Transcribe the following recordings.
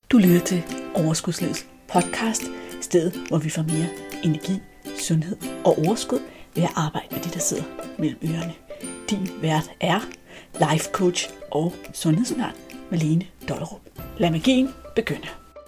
Du lytter til Overskudslivets podcast, stedet hvor vi får mere energi, sundhed og overskud ved at arbejde med de, der sidder mellem ørerne. Din vært er life coach og sundhedsundern Malene Dollerup. Lad magien begynde.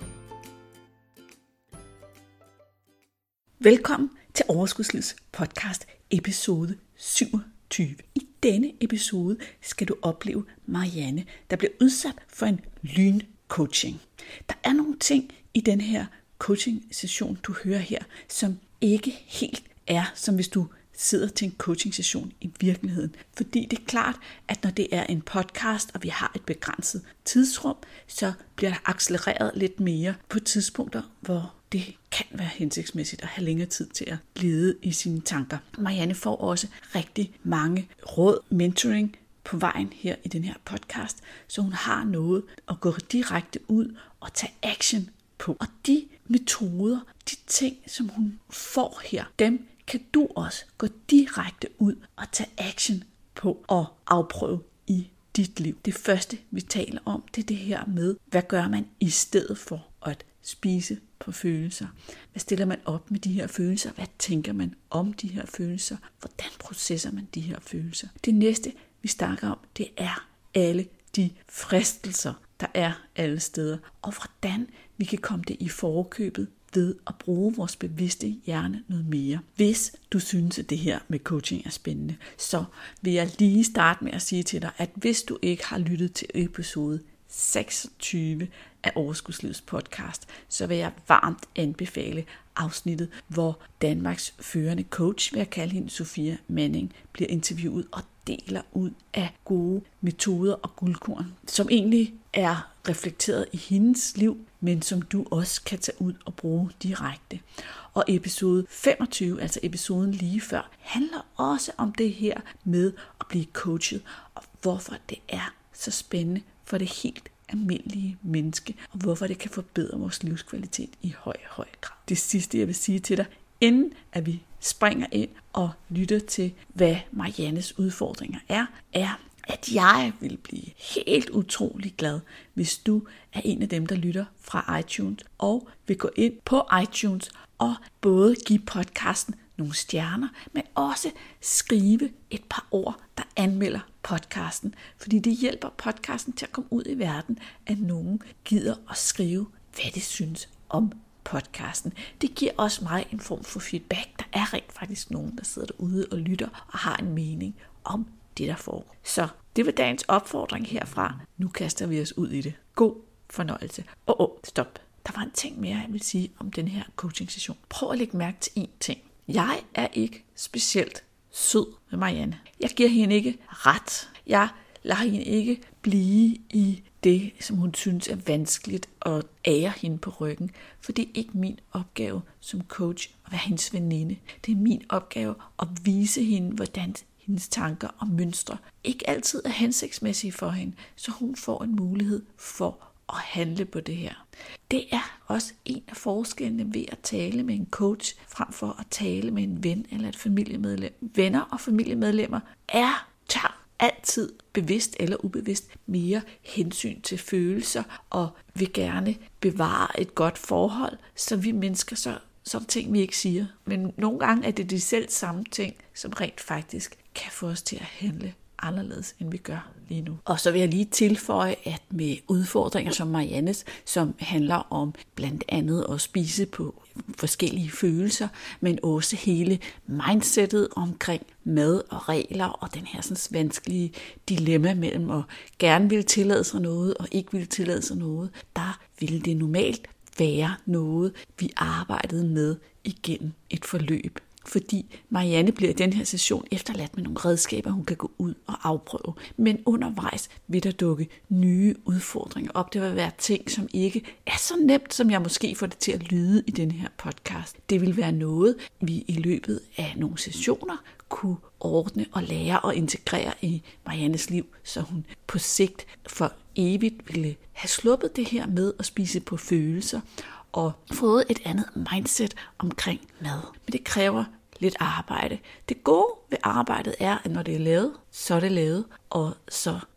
Velkommen til Overskudslivets podcast episode 27. I denne episode skal du opleve Marianne, der bliver udsat for en lyncoaching. Der er nogle ting i den her coaching-session, du hører her, som ikke helt er, som hvis du sidder til en coaching-session i virkeligheden. Fordi det er klart, at når det er en podcast, og vi har et begrænset tidsrum, så bliver der accelereret lidt mere på tidspunkter, hvor det kan være hensigtsmæssigt at have længere tid til at lede i sine tanker. Marianne får også rigtig mange råd, mentoring på vejen her i den her podcast, så hun har noget at gå direkte ud og tage action på. Og de metoder, de ting, som hun får her, dem kan du også gå direkte ud og tage action på og afprøve i dit liv. Det første, vi taler om, det er det her med, hvad gør man i stedet for at spise på følelser? Hvad stiller man op med de her følelser? Hvad tænker man om de her følelser? Hvordan processer man de her følelser? Det næste, vi snakker om, det er alle de fristelser, der er alle steder, og hvordan vi kan komme det i forkøbet ved at bruge vores bevidste hjerne noget mere. Hvis du synes, at det her med coaching er spændende, så vil jeg lige starte med at sige til dig, at hvis du ikke har lyttet til episode 26 af Overskudslivets podcast, så vil jeg varmt anbefale afsnittet, hvor Danmarks førende coach, vil jeg kalde hende Sofia Manning, bliver interviewet og deler ud af gode metoder og guldkorn, som egentlig er reflekteret i hendes liv, men som du også kan tage ud og bruge direkte. Og episode 25, altså episoden lige før, handler også om det her med at blive coachet, og hvorfor det er så spændende for det helt almindelige menneske, og hvorfor det kan forbedre vores livskvalitet i høj grad. Det sidste, jeg vil sige til dig, inden at vi springer ind og lytter til, hvad Mariannes udfordringer er, at jeg vil blive helt utrolig glad, hvis du er en af dem, der lytter fra iTunes, og vil gå ind på iTunes og både give podcasten nogle stjerner, men også skrive et par ord, der anmelder podcasten, fordi det hjælper podcasten til at komme ud i verden, at nogen gider at skrive, hvad de synes om podcasten. Det giver også mig en form for feedback. Der er rent faktisk nogen, der sidder derude og lytter og har en mening om det, der foregår. Så det var dagens opfordring herfra. Nu kaster vi os ud i det. God fornøjelse. Stop. Der var en ting mere, jeg vil sige om den her coaching-session. Prøv at lægge mærke til én ting. Jeg er ikke specielt sød med Marianne. Jeg giver hende ikke ret. Jeg lader hende ikke blive i det, som hun synes er vanskeligt, og ære hende på ryggen. For det er ikke min opgave som coach at være hendes veninde. Det er min opgave at vise hende, hvordan hendes tanker og mønstre ikke altid er hensigtsmæssige for hende, så hun får en mulighed for at handle på det her. Det er også en af forskellene ved at tale med en coach, frem for at tale med en ven eller et familiemedlem. Venner og familiemedlemmer tager altid bevidst eller ubevidst mere hensyn til følelser og vil gerne bevare et godt forhold, så vi mennesker så er der ting, vi ikke siger. Men nogle gange er det de selv samme ting, som rent faktisk kan få os til at handle anderledes, end vi gør lige nu. Og så vil jeg lige tilføje, at med udfordringer som Mariannes, som handler om blandt andet at spise på forskellige følelser, men også hele mindsetet omkring mad og regler, og den her sådan vanskelige dilemma mellem at gerne ville tillade sig noget, og ikke ville tillade sig noget, der ville det normalt være noget, vi arbejdede med igennem et forløb. Fordi Marianne bliver i den her session efterladt med nogle redskaber, hun kan gå ud og afprøve. Men undervejs vil der dukke nye udfordringer op. Det vil være ting, som ikke er så nemt, som jeg måske får det til at lyde i den her podcast. Det vil være noget, vi i løbet af nogle sessioner kunne ordne og lære og integrere i Mariannes liv, så hun på sigt for evigt ville have sluppet det her med at spise på følelser og fået et andet mindset omkring mad. Men det kræver lidt arbejde. Det gode ved arbejdet er, at når det er lavet, så er det lavet, og så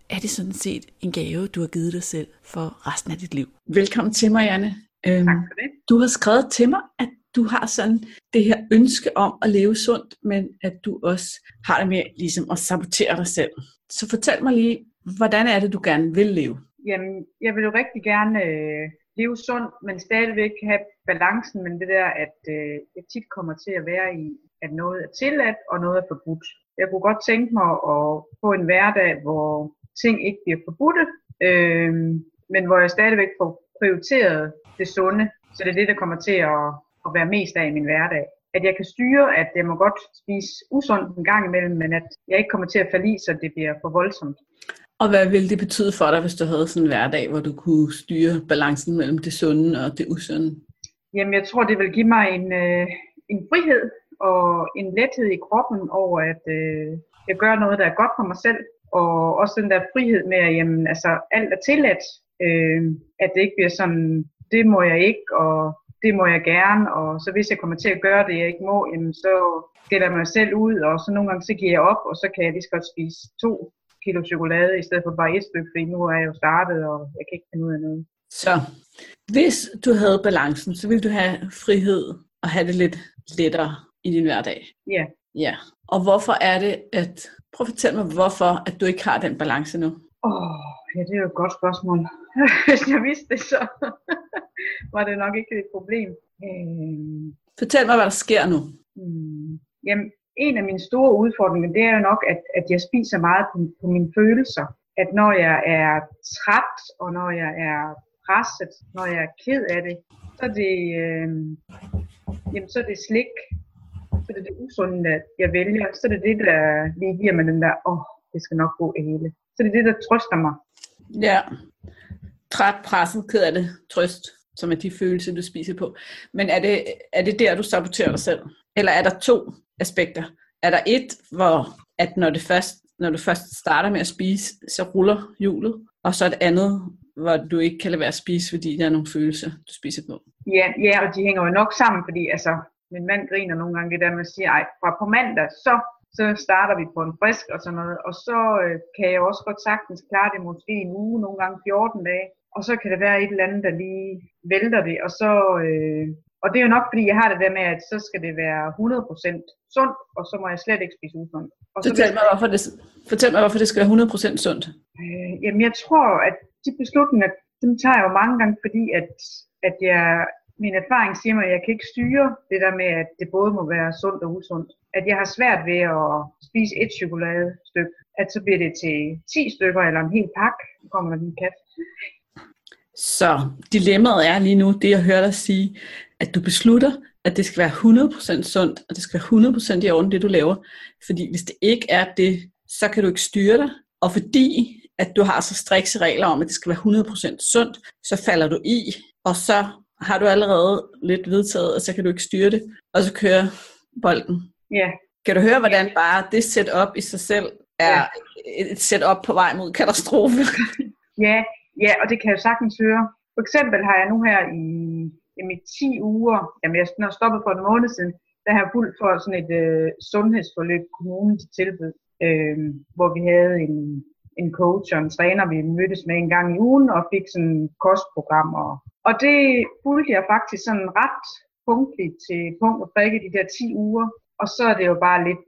er det sådan set en gave, du har givet dig selv for resten af dit liv. Velkommen til, Marianne. Tak for det. Du har skrevet til mig, at du har sådan det her ønske om at leve sundt, men at du også har det med ligesom at sabotere dig selv. Så fortæl mig lige, hvordan er det, du gerne vil leve? Jamen, jeg vil jo rigtig gerne leve sundt, men stadigvæk have balancen mellem det der, at jeg tit kommer til at være i, at noget er tilladt og noget er forbudt. Jeg kunne godt tænke mig at få en hverdag, hvor ting ikke bliver forbudte, men hvor jeg stadigvæk får prioriteret det sunde. Så det er det, der kommer til at være mest af i min hverdag. At jeg kan styre, at jeg må godt spise usundt en gang imellem, men at jeg ikke kommer til at falde i, så det bliver for voldsomt. Og hvad ville det betyde for dig, hvis du havde sådan en hverdag, hvor du kunne styre balancen mellem det sunde og det usunde? Jamen, jeg tror, det vil give mig en frihed og en lethed i kroppen over, at jeg gør noget, der er godt for mig selv. Og også den der frihed med, at jamen, altså, alt er tilladt. At det ikke bliver sådan, det må jeg ikke, og det må jeg gerne. Og så hvis jeg kommer til at gøre det, jeg ikke må, jamen, så skælder jeg mig selv ud. Og så nogle gange så giver jeg op, og så kan jeg lige så godt spise 2 kilo chokolade, i stedet for bare 1 stykke, fordi nu er jeg jo startet, og jeg kan ikke finde ud af noget. Så hvis du havde balancen, så ville du have frihed og have det lidt lettere i din hverdag? Ja. Ja. Og hvorfor er det, prøv at fortælle mig, hvorfor at du ikke har den balance nu? Ja, det er jo et godt spørgsmål. Hvis jeg vidste det, så var det nok ikke et problem. Fortæl mig, hvad der sker nu. Jamen, en af mine store udfordringer, det er jo nok, at jeg spiser meget på mine følelser. At når jeg er træt, og når jeg er presset, når jeg er ked af det, så er det slik. Så er det usunde, at jeg vælger. Så er det det, der lige giver mig den der, det skal nok gå det hele. Så det er det, der trøster mig. Ja, træt, presset, ked af det, trøst, som er de følelser, du spiser på. Men er det der, du saboterer dig selv? Eller er der 2 aspekter? Er der et, hvor at når du først starter med at spise, så ruller hjulet, og så et andet, hvor du ikke kan lade være at spise, fordi der er nogle følelser, du spiser på? Ja, og de hænger jo nok sammen, fordi altså, min mand griner nogle gange det der med at sige, fra på mandag, så starter vi på en frisk og sådan noget, og så kan jeg også godt sagtens klare det måske en uge, nogle gange 14 dage, og så kan det være et eller andet, der lige vælter det, og så... Og det er jo nok, fordi jeg har det der med, at så skal det være 100% sundt, og så må jeg slet ikke spise usundt. Fortæl mig, hvorfor det skal være 100% sundt. Jamen, jeg tror, at de beslutninger, dem tager jeg jo mange gange, fordi at min erfaring siger mig, at jeg kan ikke styre det der med, at det både må være sundt og usundt. At jeg har svært ved at spise 1 chokoladestykke, at så bliver det til 10 stykker eller en hel pakke. Så kommer der en kat. Så dilemmaet er lige nu, det jeg hører dig sige, at du beslutter, at det skal være 100% sundt, og det skal være 100% i orden, det du laver. Fordi hvis det ikke er det, så kan du ikke styre dig. Og fordi at du har så strikse regler om, at det skal være 100% sundt, så falder du i, og så har du allerede lidt vedtaget, og så kan du ikke styre det, og så kører bolden. Ja. Kan du høre, hvordan bare det setup i sig selv er et setup på vej mod katastrofe? Ja, og det kan jeg jo sagtens høre. For eksempel har jeg nu her i mit 10 uger, jamen jeg har stoppet for en måned siden, der har jeg fulgt for sådan et sundhedsforløb, kommunen til tilbud, hvor vi havde en coach og en træner, vi mødtes med en gang i ugen, og fik sådan et kostprogram. Og det fulgte jeg faktisk sådan ret punktligt til punkt og prikke de der 10 uger, og så er det jo bare lidt,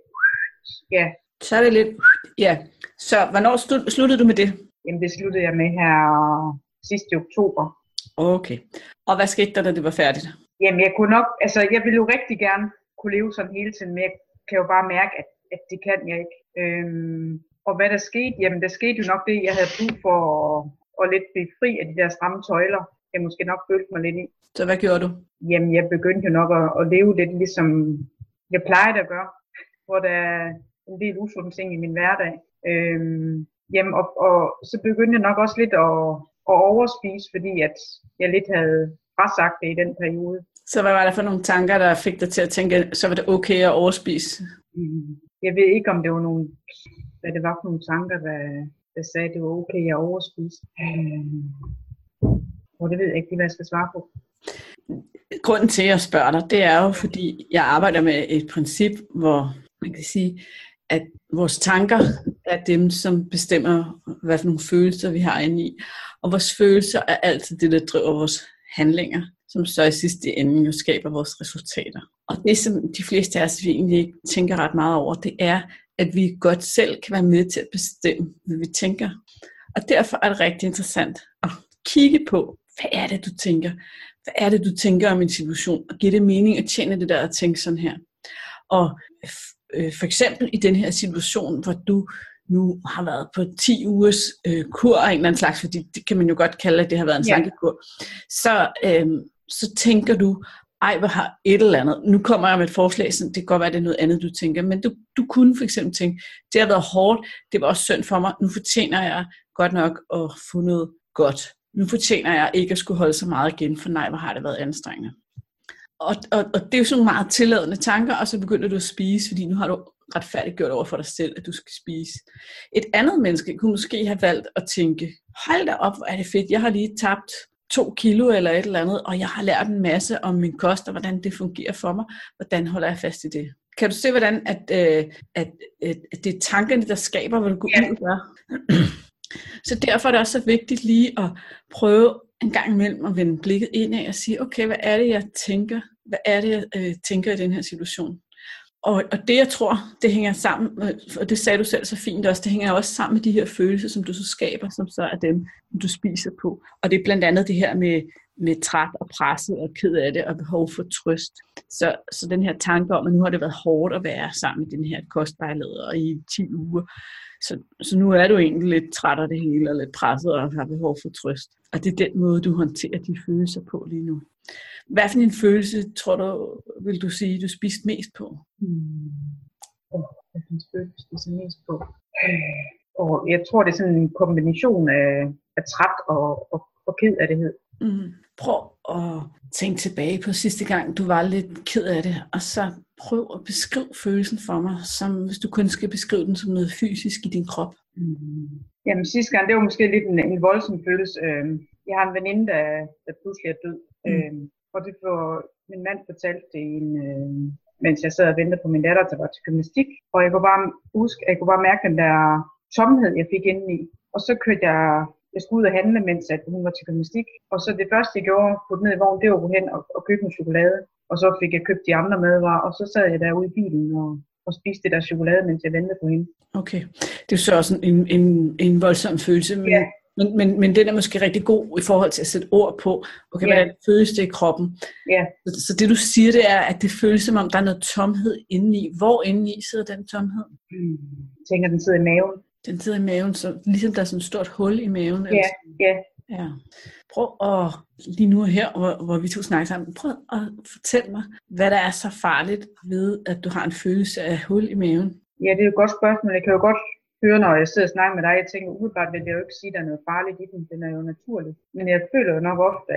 Så er det lidt, Så hvornår sluttede du med det? Jamen det sluttede jeg med her sidste oktober. Okay. Og hvad skete der, da det var færdigt? Jamen jeg ville jo rigtig gerne kunne leve sådan hele tiden, men jeg kan jo bare mærke, at det kan jeg ikke. Og hvad der skete? Jamen der skete jo nok det, jeg havde brug for at lidt blive fri af de der stramme tøjler. Jeg måske nok følte mig lidt i. Så hvad gjorde du? Jamen jeg begyndte jo nok at leve lidt ligesom jeg plejede at gøre, hvor der er en del usunde ting i min hverdag. Og så begyndte jeg nok også lidt at overspise, fordi at jeg lidt havde frasagt det i den periode. Så hvad var der for nogle tanker, der fik dig til at tænke, så var det okay at overspise? Jeg ved ikke, om det var hvad det var for nogle tanker, der sagde, at det var okay at overspise. Det ved jeg ikke, hvad jeg skal svare på. Grunden til, at jeg spørger dig, det er jo, fordi jeg arbejder med et princip, hvor man kan sige, at vores tanker er dem, som bestemmer, hvad for nogle følelser vi har inde i. Og vores følelser er altid det, der driver vores handlinger, som så i sidste ende jo skaber vores resultater. Og det, som de fleste af os vi egentlig ikke tænker ret meget over, det er, at vi godt selv kan være med til at bestemme, hvad vi tænker. Og derfor er det rigtig interessant at kigge på, hvad er det, du tænker? Hvad er det, du tænker om en situation? Og giver det mening at tjene det der at tænke sådan her? Og for eksempel i den her situation, hvor du nu har været på 10 ugers kur af en eller anden slags, fordi det kan man jo godt kalde, at det har været en slankekur, så tænker du, ej, hvor har et eller andet. Nu kommer jeg med et forslag, så det kan godt være, det er noget andet, du tænker. Men du kunne for eksempel tænke, det har været hårdt, det var også synd for mig, nu fortjener jeg godt nok at få noget godt. Nu fortjener jeg ikke at skulle holde så meget igen, for nej, hvor har det været anstrengende. Og det er jo sådan nogle meget tilladende tanker, og så begynder du at spise, fordi nu har du retfærdigt gjort over for dig selv, at du skal spise. Et andet menneske kunne måske have valgt at tænke, hold da op, hvor er det fedt, jeg har lige tabt 2 kilo eller et eller andet, og jeg har lært en masse om min kost, og hvordan det fungerer for mig. Hvordan holder jeg fast i det? Kan du se, hvordan at det er tankerne, der skaber, hvad du går ud og gør? Så derfor er det også så vigtigt lige at prøve en gang imellem at vende blikket indad og sige, okay, hvad er det, jeg tænker? Hvad er det, jeg tænker i den her situation? Og det, jeg tror, det hænger sammen, og det sagde du selv så fint også, det hænger også sammen med de her følelser, som du så skaber, som så er dem, du spiser på. Og det er blandt andet det her med træt og presset og ked af det og behov for trøst. Så den her tanke om, at nu har det været hårdt at være sammen med den her kostvejleder i 10 uger. Så nu er du egentlig lidt træt af det hele og lidt presset og har behov for trøst. Og det er den måde, du håndterer de følelser på lige nu. Hvad for en følelse, tror du, vil du sige, du spiste mest på? Hvad for en følelse spiser mest på? Og jeg tror, det er sådan en kombination af træt og kedelighed. Prøv at tænke tilbage på sidste gang, du var lidt ked af det, og så prøv at beskrive følelsen for mig, som hvis du kun skal beskrive den som noget fysisk i din krop. Jamen sidste gang, det var måske lidt en voldsom følelse. Jeg har en veninde, der pludselig er død. Og det var min mand fortalte det mens jeg sad og ventede på min datter, der var til gymnastik. Og jeg kunne bare mærke den der tomhed, jeg fik indeni. Og så kørte jeg skulle ud og handle, mens at hun var til gymnastik. Og så det første, jeg gjorde, putte ned i vognen, det var at gå hen og købe en chokolade. Og så fik jeg købt de andre madvarer, og så sad jeg derude i bilen og spiste det der chokolade, mens jeg ventede på hende. Okay, det er så også en voldsom følelse, men den er måske rigtig god i forhold til at sætte ord på, okay, hvordan føles det i kroppen. Så det du siger, det er, at det føles som om, der er noget tomhed indeni. Hvor indeni sidder den tomhed? Jeg tænker, den sidder i maven. Den sidder i maven, så ligesom der er sådan et stort hul i maven. Ja. Prøv at, lige nu her, hvor vi to snakker sammen, prøv at fortælle mig, hvad der er så farligt ved, at du har en følelse af hul i maven. Ja, det er jo et godt spørgsmål. Jeg kan jo godt høre, når jeg sidder og snakker med dig, jeg tænker, umiddelbart vil jeg jo ikke sige, at der er noget farligt i den. Den er jo naturlig. Men jeg føler jo nok ofte,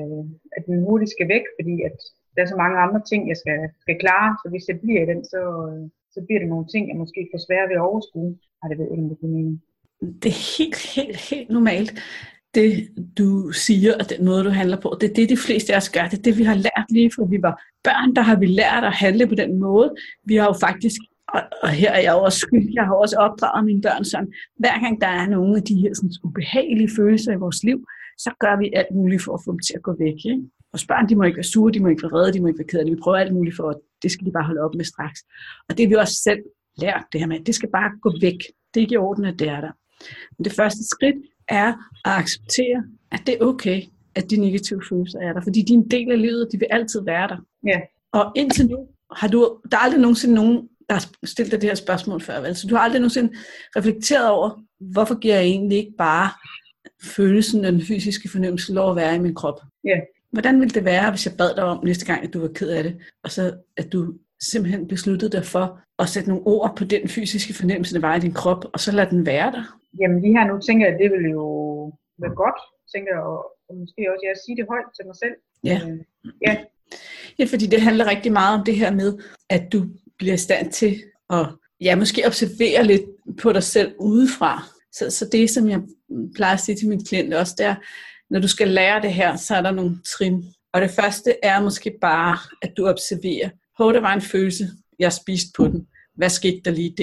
at den hurtigt skal væk, fordi at der er så mange andre ting, jeg skal klare. Så hvis jeg bliver i den, så bliver det nogle ting, jeg måske får svære ved at overskue. Det ved jeg ikke, det mening. Det er helt normalt. Det du siger, og den måde du handler på, det er det, de fleste af os gør. Det er det, vi har lært lige fra vi var børn, der har vi lært at handle på den måde. Vi har jo faktisk, og her er jeg også skyld, jeg har også opdraget mine børn sådan, hver gang der er nogle af de her sådan, ubehagelige følelser i vores liv, så gør vi alt muligt for at få dem til at gå væk. Ikke? Vores børn, de må ikke være sure, de må ikke være vrede, de må ikke være kede af det. Vi prøver alt muligt for, at det skal de bare holde op med straks. Og det er vi også selv lært, det her med, det skal bare gå væk. Det er ikke i orden, at det er der. Men det første skridt er at acceptere, at det er okay, at de negative følelser er der. Fordi de er en del af livet, de vil altid være der. Ja. Og indtil nu der er aldrig nogensinde nogen, der har stillet dig det her spørgsmål før. Vel? Så du har aldrig nogensinde reflekteret over, hvorfor giver jeg egentlig ikke bare følelsen af den fysiske fornemmelse lov at være i min krop? Ja. Hvordan ville det være, hvis jeg bad dig om næste gang, at du var ked af det, og så at du simpelthen besluttede dig for at sætte nogle ord på den fysiske fornemmelse, der var i din krop, og så lade den være der? Jamen lige her nu tænker jeg, at det vil jo være godt, tænker jeg, og måske også jeg sige det højt til mig selv. Ja, fordi det handler rigtig meget om det her med, at du bliver i stand til at måske observere lidt på dig selv udefra. Så det, som jeg plejer at sige til mine klienter også, det er, når du skal lære det her, så er der nogle trin. Og det første er måske bare, at du observerer, der var en følelse, jeg spiste på den. Hvad skete der lige der?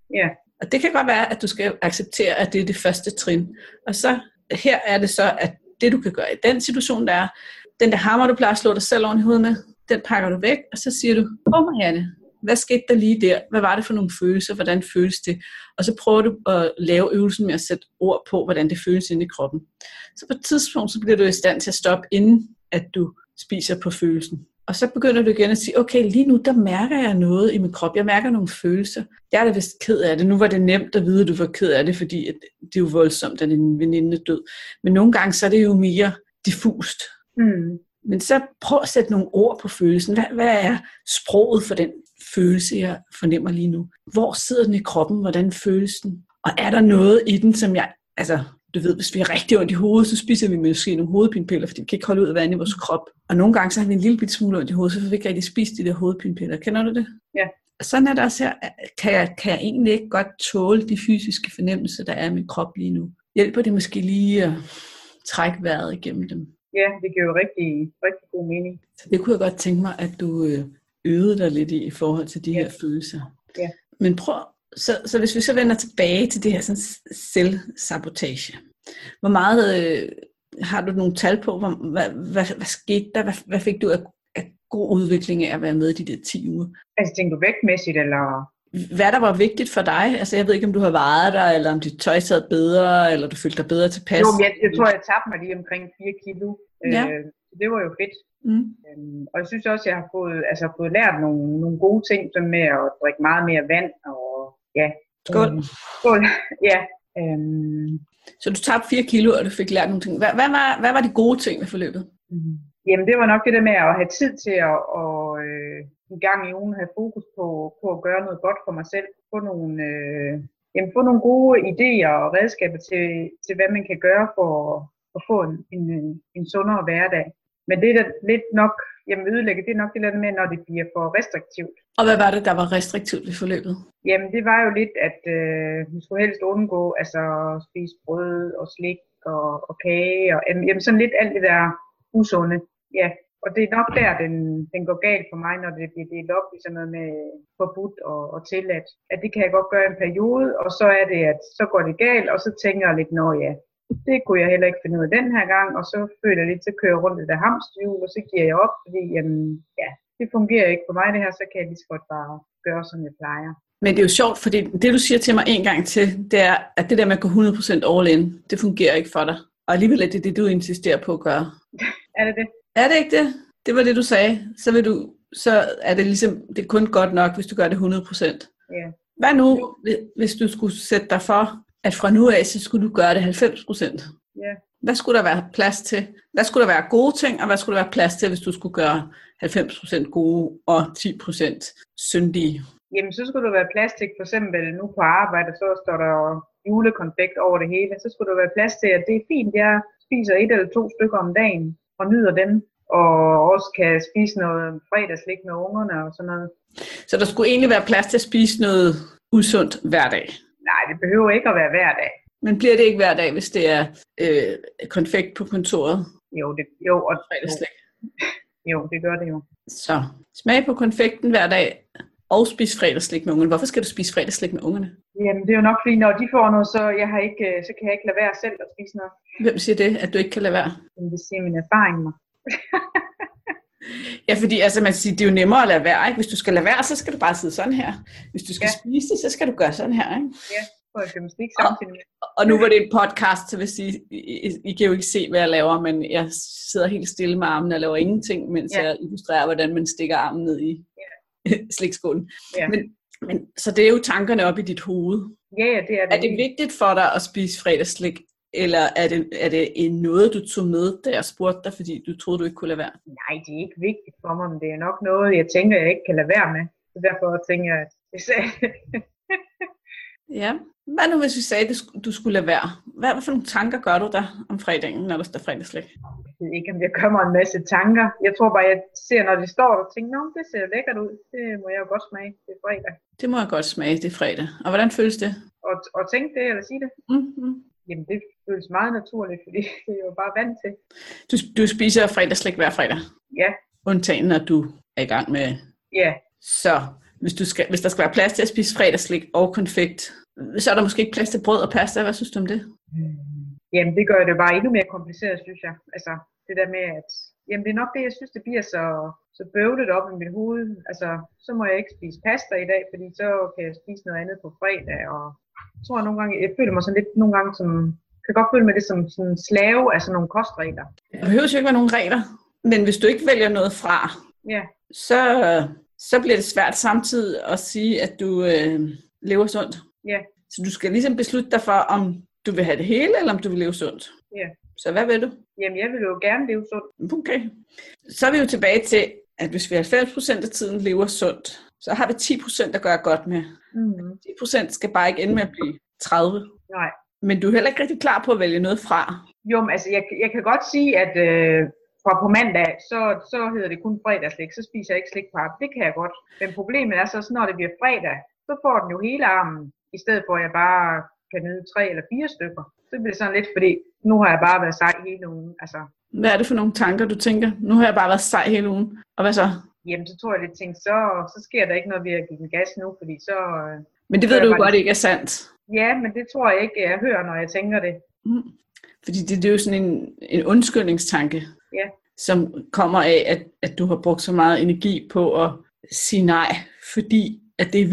Ja. Og det kan godt være, at du skal acceptere, at det er det første trin. Og så her er det så, at det du kan gøre i den situation, der er, den der hammer, du plejer at slå dig selv oven i hovedet med, den pakker du væk, og så siger du, Marianne, hvad skete der lige der? Hvad var det for nogle følelser? Hvordan føles det? Og så prøver du at lave øvelsen med at sætte ord på, hvordan det føles inde i kroppen. Så på et tidspunkt, så bliver du i stand til at stoppe, inden at du spiser på følelsen. Og så begynder du igen at sige, okay, lige nu, der mærker jeg noget i min krop. Jeg mærker nogle følelser. Jeg er da vist ked af det. Nu var det nemt at vide, at du var ked af det, fordi det er jo voldsomt, at din veninde er død. Men nogle gange, så er det jo mere diffust. Men så prøv at sætte nogle ord på følelsen. Hvad er sproget for den følelse, jeg fornemmer lige nu? Hvor sidder den i kroppen? Hvordan føles den? Og er der noget i den, som jeg... Altså, du ved, hvis vi er rigtig ondt i hovedet, så spiser vi måske nogle hovedpinepiller, fordi vi kan ikke holde ud af vand i vores krop. Og nogle gange så har vi en lille bitte smule ondt i hovedet, så får vi ikke rigtig spist de der hovedpinepiller. Kender du det? Ja. Sådan er det også her. Kan jeg egentlig ikke godt tåle de fysiske fornemmelser, der er i min krop lige nu? Hjælper det måske lige at trække vejret igennem dem? Ja, det giver jo rigtig, rigtig god mening. Så det kunne jeg godt tænke mig, at du øvede dig lidt i forhold til de her følelser. Ja. Men prøv, så hvis vi så vender tilbage til det her sådan, selvsabotage. Hvor meget har du nogle tal på? Hvad skete der? Hvad fik du af god udvikling af at være med i de der 10 uger? Altså tænker du vægtmæssigt, eller? Hvad der var vigtigt for dig? Altså jeg ved ikke, om du har vejet dig, eller om dit tøj sad bedre, eller du følte dig bedre tilpas. Jo, jeg tror, jeg tabte mig lige omkring 4 kilo. Ja. Det var jo fedt. Og jeg synes også, jeg har fået lært nogle gode ting med at drikke meget mere vand. Og ja. Skål. Skål, ja. Så du tabte 4 kilo, og du fik lært nogle ting. Hvad var de gode ting ved forløbet? Jamen det var nok det der med at have tid til at en gang i ugen have fokus på at gøre noget godt for mig selv. Få nogle gode idéer og redskaber til hvad man kan gøre for at få en sundere hverdag. Men det er lidt nok, ødelægge, det er nok det der med, når det bliver for restriktivt. Og hvad var det, der var restriktivt ved forløbet? Jamen det var jo lidt, at vi skulle helst undgå, altså spise brød og slik og kage, og sådan lidt alt det der usunde. Ja, og det er nok der, den går galt for mig, når det bliver delt op i sådan noget med forbudt og tilladt. At det kan jeg godt gøre en periode, og så er det, at så går det galt, og så tænker jeg lidt, det kunne jeg heller ikke finde ud af den her gang, og så føler jeg lidt, så kører jeg rundt i det hamsterhjul, og så giver jeg op, fordi det fungerer ikke for mig det her, så kan jeg lige så godt bare gøre, som jeg plejer. Men det er jo sjovt, fordi det du siger til mig en gang til, det er, at det der med at gå 100% all in, det fungerer ikke for dig. Og alligevel er det, du insisterer på at gøre. Er det det? Er det ikke det? Det var det, du sagde. Så er det ligesom, det er kun godt nok, hvis du gør det 100%. Ja. Hvad nu, hvis du skulle sætte dig for, at fra nu af, så skulle du gøre det 90%? Ja. Hvad skulle der være plads til? Hvad skulle der være gode ting, og hvad skulle der være plads til, hvis du skulle gøre 90% gode og 10% syndige? Jamen, så skulle der være plads til, for eksempel nu på arbejde, så står der julekonfekt over det hele. Så skulle der være plads til, at det er fint, jeg spiser 1 eller 2 stykker om dagen og nyder dem. Og også kan spise noget fredagslik med ungerne og sådan noget. Så der skulle egentlig være plads til at spise noget usundt hver dag? Nej, det behøver ikke at være hver dag. Men bliver det ikke hver dag, hvis det er konfekt på kontoret? Jo, og fredagslik. Jo, det gør det jo. Så smag på konfekten hver dag og spis fredagslik med ungerne. Hvorfor skal du spise fredagslik med ungerne? Jamen, det er jo nok fordi, når de får noget, så kan jeg ikke lade være selv at spise noget. Hvem siger det, at du ikke kan lade være? Det siger min erfaring mig. Ja, fordi altså, man siger, det er jo nemmere at lade være, ikke? Hvis du skal lade være, så skal du bare sidde sådan her. Hvis du skal spise det, så skal du gøre sådan her, ikke? Ja, for at gymnastik samtidig. Og nu var det en podcast, så vil sige, I kan jo ikke se, hvad jeg laver, men jeg sidder helt stille med armen og laver ingenting, mens jeg illustrerer, hvordan man stikker armen ned i slikskålen. Ja. Men så det er jo tankerne op i dit hoved. Ja, det er det. Er det vigtigt for dig at spise fredagsslik? Eller er det noget, du tog med, da jeg spurgte dig, fordi du troede, du ikke kunne lade være? Nej, det er ikke vigtigt for mig, men det er nok noget, jeg tænker, jeg ikke kan lade være med. Så derfor tænker jeg, at jeg sagde Ja. Hvad nu, hvis vi sagde, at du skulle lade være? Hvad for nogle tanker gør du der om fredagen, når der står fredagsslik? Jeg ved ikke, om jeg kommer en masse tanker. Jeg tror bare, jeg ser, når det står der, og tænker, det ser lækkert ud. Det må jeg jo godt smage. Det er fredag. Det må jeg godt smage, det er fredag. Og hvordan føles det? Og tænke det, eller sige det? Mm-hmm. Jamen, det føles meget naturligt, fordi det er jo bare vant til. Du spiser fredagsslik hver fredag? Ja. Undtagen, når du er i gang med... Ja. Så hvis der skal være plads til at spise fredagsslik og konfekt, så er der måske ikke plads til brød og pasta. Hvad synes du om det? Jamen, det gør det bare endnu mere kompliceret, synes jeg. Altså, det der med, at jamen, det er nok det, jeg synes, det bliver så bøvlet op i mit hoved. Altså, så må jeg ikke spise pasta i dag, fordi så kan jeg spise noget andet på fredag. Og jeg tror nogle gange, jeg føler mig sådan lidt nogle gange som, kan godt føle mig det som sådan en slave af sådan nogle kostregler. Der behøver jo ikke være nogen regler, men hvis du ikke vælger noget fra, ja. så bliver det svært samtidig at sige, at du lever sundt. Ja. Så du skal ligesom beslutte dig for, om du vil have det hele, eller om du vil leve sundt. Ja. Så hvad vil du? Jamen, jeg vil jo gerne leve sundt. Okay. Så er vi jo tilbage til, at hvis vi 90% af tiden lever sundt, så har vi 10%, der gør godt med. 10% skal bare ikke ende med at blive 30. Nej. Men du er heller ikke rigtig klar på at vælge noget fra. Jo, men altså, jeg kan godt sige, at fra på mandag, så hedder det kun fredagslik, så spiser jeg ikke slik på aftenen. Det kan jeg godt. Men problemet er så, når det bliver fredag, så får den jo hele armen, i stedet for at jeg bare kan nyde 3 eller 4 stykker. Så bliver det sådan lidt, fordi nu har jeg bare været sej hele ugen. Altså. Hvad er det for nogle tanker, du tænker? Nu har jeg bare været sej hele ugen. Og hvad så? Jamen, så tror jeg lidt tænkt, så sker der ikke noget ved at give den gas nu, fordi så... Men det ved du jo godt ikke er sandt. Ja, men det tror jeg ikke, jeg hører, når jeg tænker det. Fordi det er jo sådan en undskyldningstanke, som kommer af, at du har brugt så meget energi på at sige nej, fordi at det er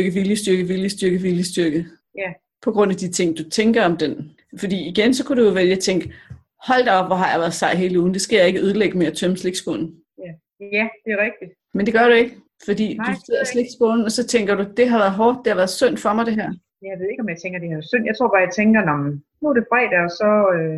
viljestyrke. Ja. På grund af de ting, du tænker om den. Fordi igen, så kunne du jo vælge at tænke, hold da op, hvor har jeg været sej hele ugen, det skal jeg ikke ødelægge med at tømme slikskålen. Ja, det er rigtigt. Men det gør du ikke, fordi du sidder i slikskålen, og så tænker du, det har været hårdt, det har været synd for mig det her. Jeg ved ikke, om jeg tænker, det er synd. Jeg tror bare, jeg tænker, nu er det fredag, og så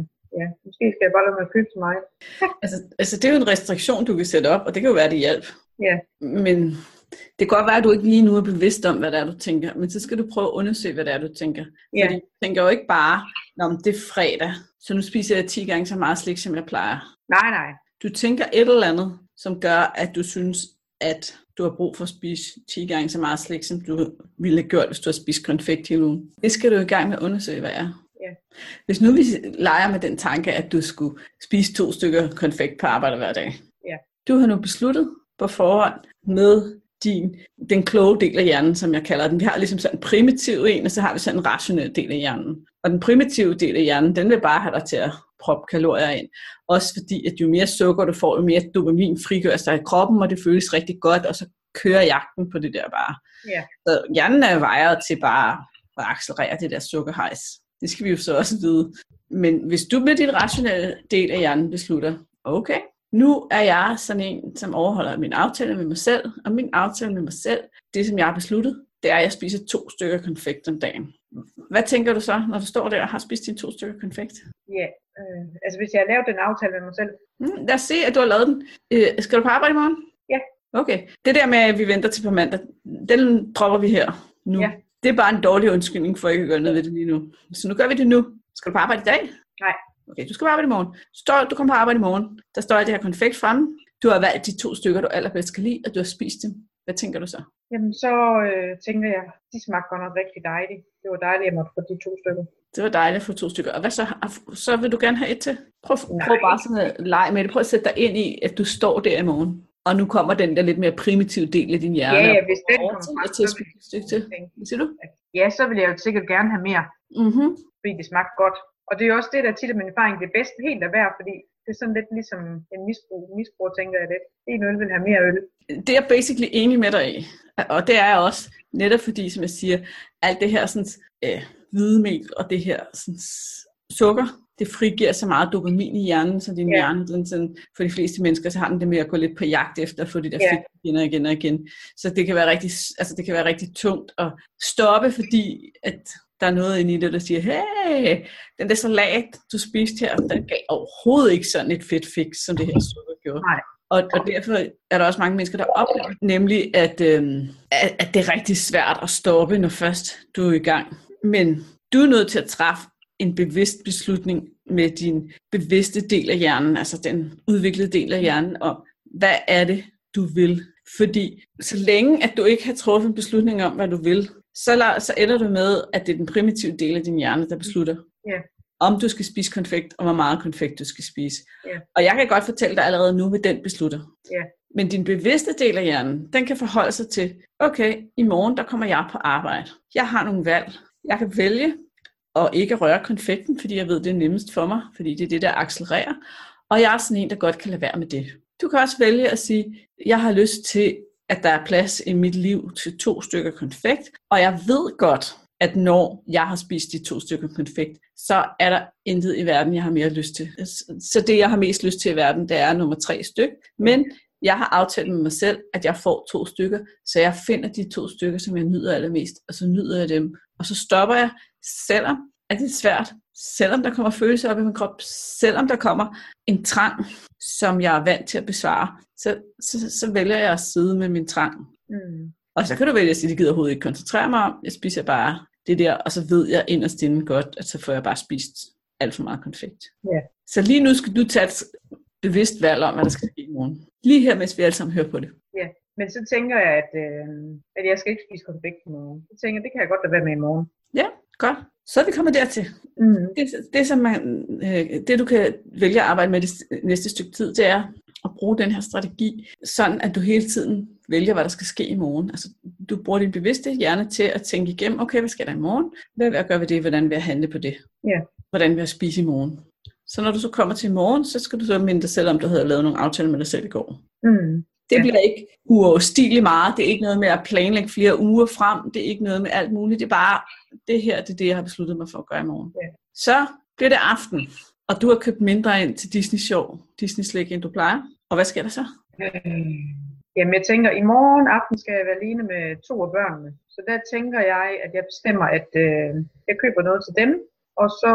måske skal jeg bare lade mig købe til mig. altså, det er jo en restriktion, du kan sætte op, og det kan jo være, det hjælp. Ja. Men det kan godt være, at du ikke lige nu er bevidst om, hvad det er, du tænker, men så skal du prøve at undersøge, hvad det er, du tænker. Ja. Fordi du tænker jo ikke bare, det er fredag, så nu spiser jeg 10 gange så meget slik, som jeg plejer. Nej. Du tænker et eller andet, som gør, at du synes, at du har brug for at spise 10 gange så meget slik, som du ville have gjort, hvis du har spist konfekt hele ugen. Det skal du i gang med at undersøge, hvad er. Ja. Hvis nu vi leger med den tanke, at du skulle spise 2 stykker konfekt på arbejde hver dag. Ja. Du har nu besluttet på forhånd med den kloge del af hjernen, som jeg kalder den. Vi har ligesom sådan en primitiv en, og så har vi sådan en rationel del af hjernen. Og den primitive del af hjernen, den vil bare have dig til at proppe kalorier ind. Også fordi, at jo mere sukker du får, jo mere dopamin frigør sig i kroppen, og det føles rigtig godt, og så kører jagten på det der bare. Ja. Så hjernen er vejet til bare at accelerere det der sukkerhejs. Det skal vi jo så også vide. Men hvis du med din rationelle del af hjernen beslutter, okay, nu er jeg sådan en, som overholder min aftale med mig selv, og min aftale med mig selv, det som jeg har besluttet, det er, at jeg spiser 2 stykker konfekt om dagen. Hvad tænker du så, når du står der og har spist dine 2 stykker konfekt? Ja, altså hvis jeg har lavet den aftale med mig selv. Lad os se, at du har lavet den. Skal du på arbejde i morgen? Ja. Okay. Det der med, at vi venter til på mandag, den dropper vi her nu. Ja. Det er bare en dårlig undskyldning for ikke at gøre noget ved det lige nu. Så nu gør vi det nu. Skal du på arbejde i dag? Nej. Okay, du skal på arbejde i morgen. Du kommer på arbejde i morgen. Der står det her konfekt fremme. Du har valgt de 2 stykker, du allerbedst kan lide, og du har spist dem. Hvad tænker du så? Jamen så tænker jeg, de smagte godt nok rigtig dejligt. Det var dejligt, at jeg måtte få de 2 stykker. Det var dejligt at få 2 stykker. Og hvad så? Så vil du gerne have et til? Prøv bare sådan at lege med det. Prøv at sætte dig ind i, at du står der i morgen. Og nu kommer den der lidt mere primitive del af din hjerne. Ja, hvis den kommer frem, til at spise et stykke til. Hvad siger du? Ja, så vil jeg jo sikkert gerne have mere. Fordi det smagte godt. Og det er jo også det, der tit er min erfaring, det bedste helt er værd, fordi det er sådan lidt ligesom en misbrug, tænker jeg lidt. En øl vil have mere øl. Det er jeg basically enig med dig i. Og det er jeg også, netop fordi, som jeg siger, alt det her sådan, hvidemel og det her sådan, sukker, det frigiver så meget dopamin i hjernen, så din hjerne, den sådan, for de fleste mennesker, så har den det med at gå lidt på jagt efter at få det der fedt igen og igen. Så det kan være rigtig tungt at stoppe, fordi at der er noget inde i det, der siger, hey, den der salat, du spiste her, den gav overhovedet ikke sådan et fedt fix, som det her sukker gjorde. Nej. Og derfor er der også mange mennesker, der oplever, nemlig at det er rigtig svært at stoppe, når først du er i gang. Men du er nødt til at træffe en bevidst beslutning med din bevidste del af hjernen, altså den udviklede del af hjernen, om hvad er det, du vil. Fordi så længe, at du ikke har truffet en beslutning om, hvad du vil, så ender du med, at det er den primitive del af din hjerne, der beslutter, om du skal spise konfekt, og hvor meget konfekt du skal spise. Og jeg kan godt fortælle dig allerede nu, hvad den beslutter. Men din bevidste del af hjernen, den kan forholde sig til, okay, i morgen der kommer jeg på arbejde. Jeg har nogle valg. Jeg kan vælge at ikke røre konfekten, fordi jeg ved, det er nemmest for mig, fordi det er det, der accelererer. Og jeg er sådan en, der godt kan lade være med det. Du kan også vælge at sige, jeg har lyst til, at der er plads i mit liv til 2 stykker konfekt, og jeg ved godt, at når jeg har spist de 2 stykker konfekt, så er der intet i verden, jeg har mere lyst til. Så det, jeg har mest lyst til i verden, det er nummer 3 stykker. Men jeg har aftalt med mig selv, at jeg får 2 stykker, så jeg finder de 2 stykker, som jeg nyder allermest, og så nyder jeg dem. Og så stopper jeg, selvom at det er svært, selvom der kommer følelser op i min krop, selvom der kommer en trang, som jeg er vant til at besvare, så vælger jeg at sidde med min trang. Og så kan du vælge at sige, det gider overhovedet ikke koncentrere mig om, jeg spiser bare det der, og så ved jeg inderst inde godt, at så får jeg bare spist alt for meget konfekt. Ja. Så lige nu skal du tage et bevidst valg om, hvad der skal ske i morgen. Lige her, mens vi alle sammen hører på det. Ja, men så tænker jeg, at jeg skal ikke spise konfekt i morgen. Så tænker jeg, det kan jeg godt lade være med i morgen. Ja, godt. Så er vi kommet dertil. Det du kan vælge at arbejde med det næste stykke tid, det er at bruge den her strategi, sådan at du hele tiden vælger, hvad der skal ske i morgen. Altså, du bruger din bevidste hjerne til at tænke igennem, okay, hvad skal der i morgen? Hvad vil jeg gøre ved det? Hvordan vil jeg handle på det? Ja. Hvordan vil jeg spise i morgen? Så når du så kommer til i morgen, så skal du så minde dig selv om, du havde lavet nogle aftaler med dig selv i går. Det bliver ikke uoverstigeligt meget. Det er ikke noget med at planlægge flere uger frem. Det er ikke noget med alt muligt. Det er bare, det her, det er det, jeg har besluttet mig for at gøre i morgen. Ja. Så bliver det aften, og du har købt mindre ind til Disney-slik, end du plejer. Og hvad sker der så? Jamen jeg tænker, i morgen aften skal jeg være alene med 2 af børnene. Så der tænker jeg, at jeg bestemmer, at jeg køber noget til dem. Og så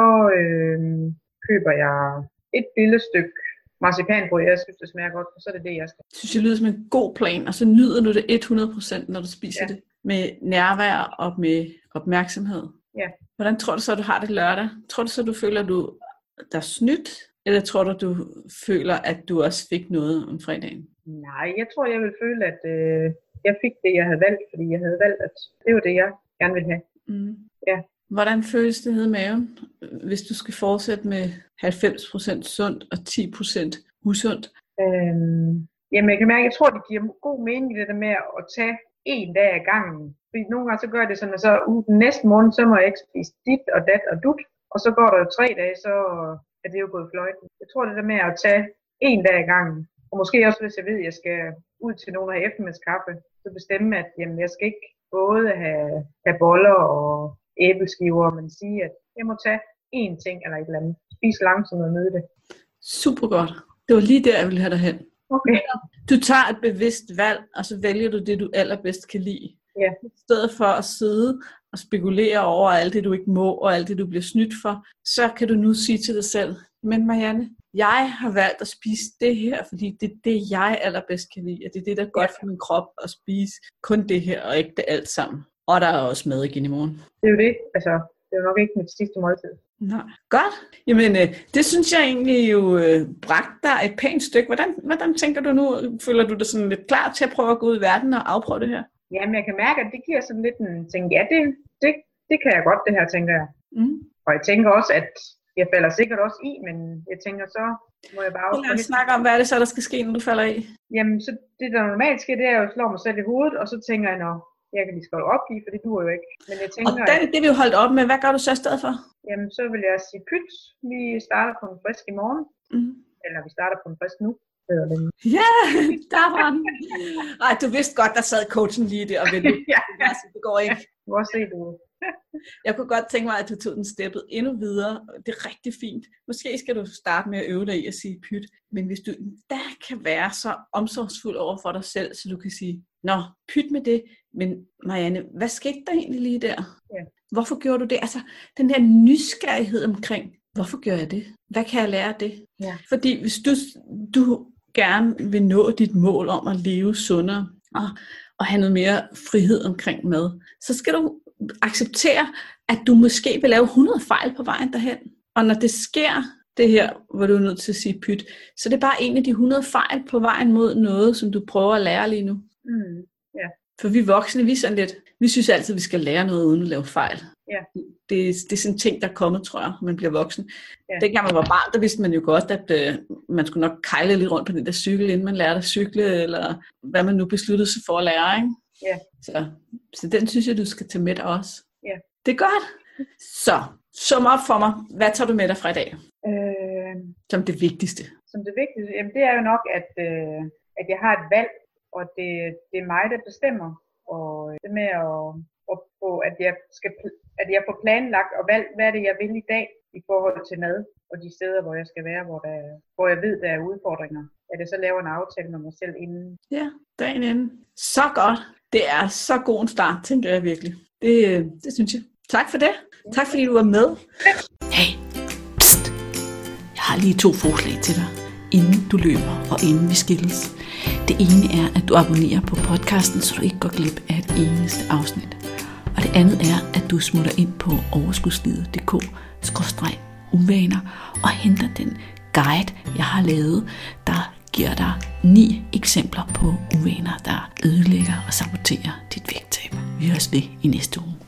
køber jeg et lille stykke marcipanbrød, jeg synes, det smager godt, og så er det det, jeg skal. Jeg synes, det lyder som en god plan, og så nyder du det 100%, når du spiser det. Med nærvær og med opmærksomhed. Ja. Hvordan tror du så, du har det lørdag? Tror du så, du føler, at der er snydt? Eller tror du føler, at du også fik noget om fredagen? Nej, jeg tror, jeg vil føle, at jeg fik det, jeg havde valgt, fordi jeg havde valgt, at det var det, jeg gerne ville have. Ja. Hvordan føles det nede i maven, hvis du skal fortsætte med 90% sundt og 10% usundt? Jamen, jeg kan mærke, jeg tror, det giver god mening, det der med at tage 1 dag ad gangen. Fordi nogle gange så gør det sådan, at så den næste morgen, så må jeg ikke spise dit og dat og dut. Og så går der jo 3 dage, så er det jo gået fløjten. Jeg tror, det der med at tage 1 dag ad gangen. Og måske også, hvis jeg ved, at jeg skal ud til nogen af eftermiddagskaffe, så bestemme, at jamen, jeg skal ikke både have boller og æbleskiver, men sige, at jeg må tage 1 ting eller et eller andet. Spise langsomt og nyde det. Super godt. Det var lige der, jeg ville have dig hen. Okay. Du tager et bevidst valg, og så vælger du det, du allerbedst kan lide. Ja. I stedet for at sidde og spekulere over alt det, du ikke må, og alt det, du bliver snydt for, så kan du nu sige til dig selv, men Marianne, jeg har valgt at spise det her, fordi det er det, jeg allerbedst kan lide, og det er det, der er godt for min krop at spise kun det her, og ikke det alt sammen. Og der er også mad igen i morgen. Det er jo det. Altså, det er jo nok ikke mit sidste måltid. Nej. Godt. Jamen, det synes jeg egentlig jo bragte dig et pænt stykke. Hvordan tænker du nu? Føler du dig sådan lidt klar til at prøve at gå ud i verden og afprøve det her? Jamen, jeg kan mærke, at det giver sådan lidt en ting. Ja, det kan jeg godt, det her, tænker jeg. Og jeg tænker også, at jeg falder sikkert også i, men jeg tænker, så må jeg bare... Lad os snakke om, hvad er det så, der skal ske, når du falder i? Jamen, så det, der normalt sker, det er jo at slå mig selv i hovedet, og så tænker jeg, jeg kan lige skal opgive, for det duer jo ikke. Men jeg tænker, og det vi jo holdt op med, hvad gør du så i stedet for? Jamen, så vil jeg sige pyt. Vi starter på en frisk i morgen. Eller vi starter på en frisk nu. Ja, der var den. Ej, du vidste godt, der sad coachen lige der og ventede. Ja. Det går ikke. Du også se, du. Jeg kunne godt tænke mig, at du tog den steppet endnu videre. Det er rigtig fint. Måske skal du starte med at øve dig i at sige pyt. Men hvis du da kan være så omsorgsfuld over for dig selv, så du kan sige, pyt med det. Men Marianne, hvad skete der egentlig lige der? Ja. Hvorfor gjorde du det? Altså, den der nysgerrighed omkring, hvorfor gør jeg det? Hvad kan jeg lære af det? Ja. Fordi hvis du gerne vil nå dit mål om at leve sundere og have noget mere frihed omkring mad, så skal du acceptere, at du måske vil lave 100 fejl på vejen derhen. Og når det sker, det her, hvor du er nødt til at sige pyt, så det er bare en af de 100 fejl på vejen mod noget, som du prøver at lære lige nu. Ja. For vi voksne, vi synes altid, at vi skal lære noget uden at lave fejl. Ja. Det er sådan en ting, der er kommet, tror jeg, når man bliver voksen. Ja. Dengang man var barn, der vidste man jo godt, at man skulle nok kejle lidt rundt på den der cykel, inden man lærte at cykle, eller hvad man nu besluttede sig for at lære, ikke? Ja. Så den synes jeg, du skal tage med dig også. Ja. Det er godt. Så, sum op for mig. Hvad tager du med dig fra i dag? Som det vigtigste. Som det vigtigste? Jamen, det er jo nok, at jeg har et valg, og det er mig, der bestemmer. Og det med at jeg får planlagt og valgt, hvad er det, jeg vil i dag i forhold til mad, og de steder, hvor jeg skal være, hvor jeg ved, der er udfordringer. At jeg så laver en aftale med mig selv inden. Ja, dagen inden. Så godt. Det er så god en start, tænker jeg virkelig. Det synes jeg. Tak for det. Tak fordi du var med. Hey, pst. Jeg har lige 2 forslag til dig, inden du løber og inden vi skilles. Det ene er, at du abonnerer på podcasten, så du ikke går glip af et eneste afsnit. Og det andet er, at du smutter ind på overskudslivet.dk/uvaner og henter den guide, jeg har lavet, der giver dig 9 eksempler på uvaner, der ødelægger og saboterer dit vægttab. Vi høres ved i næste uge.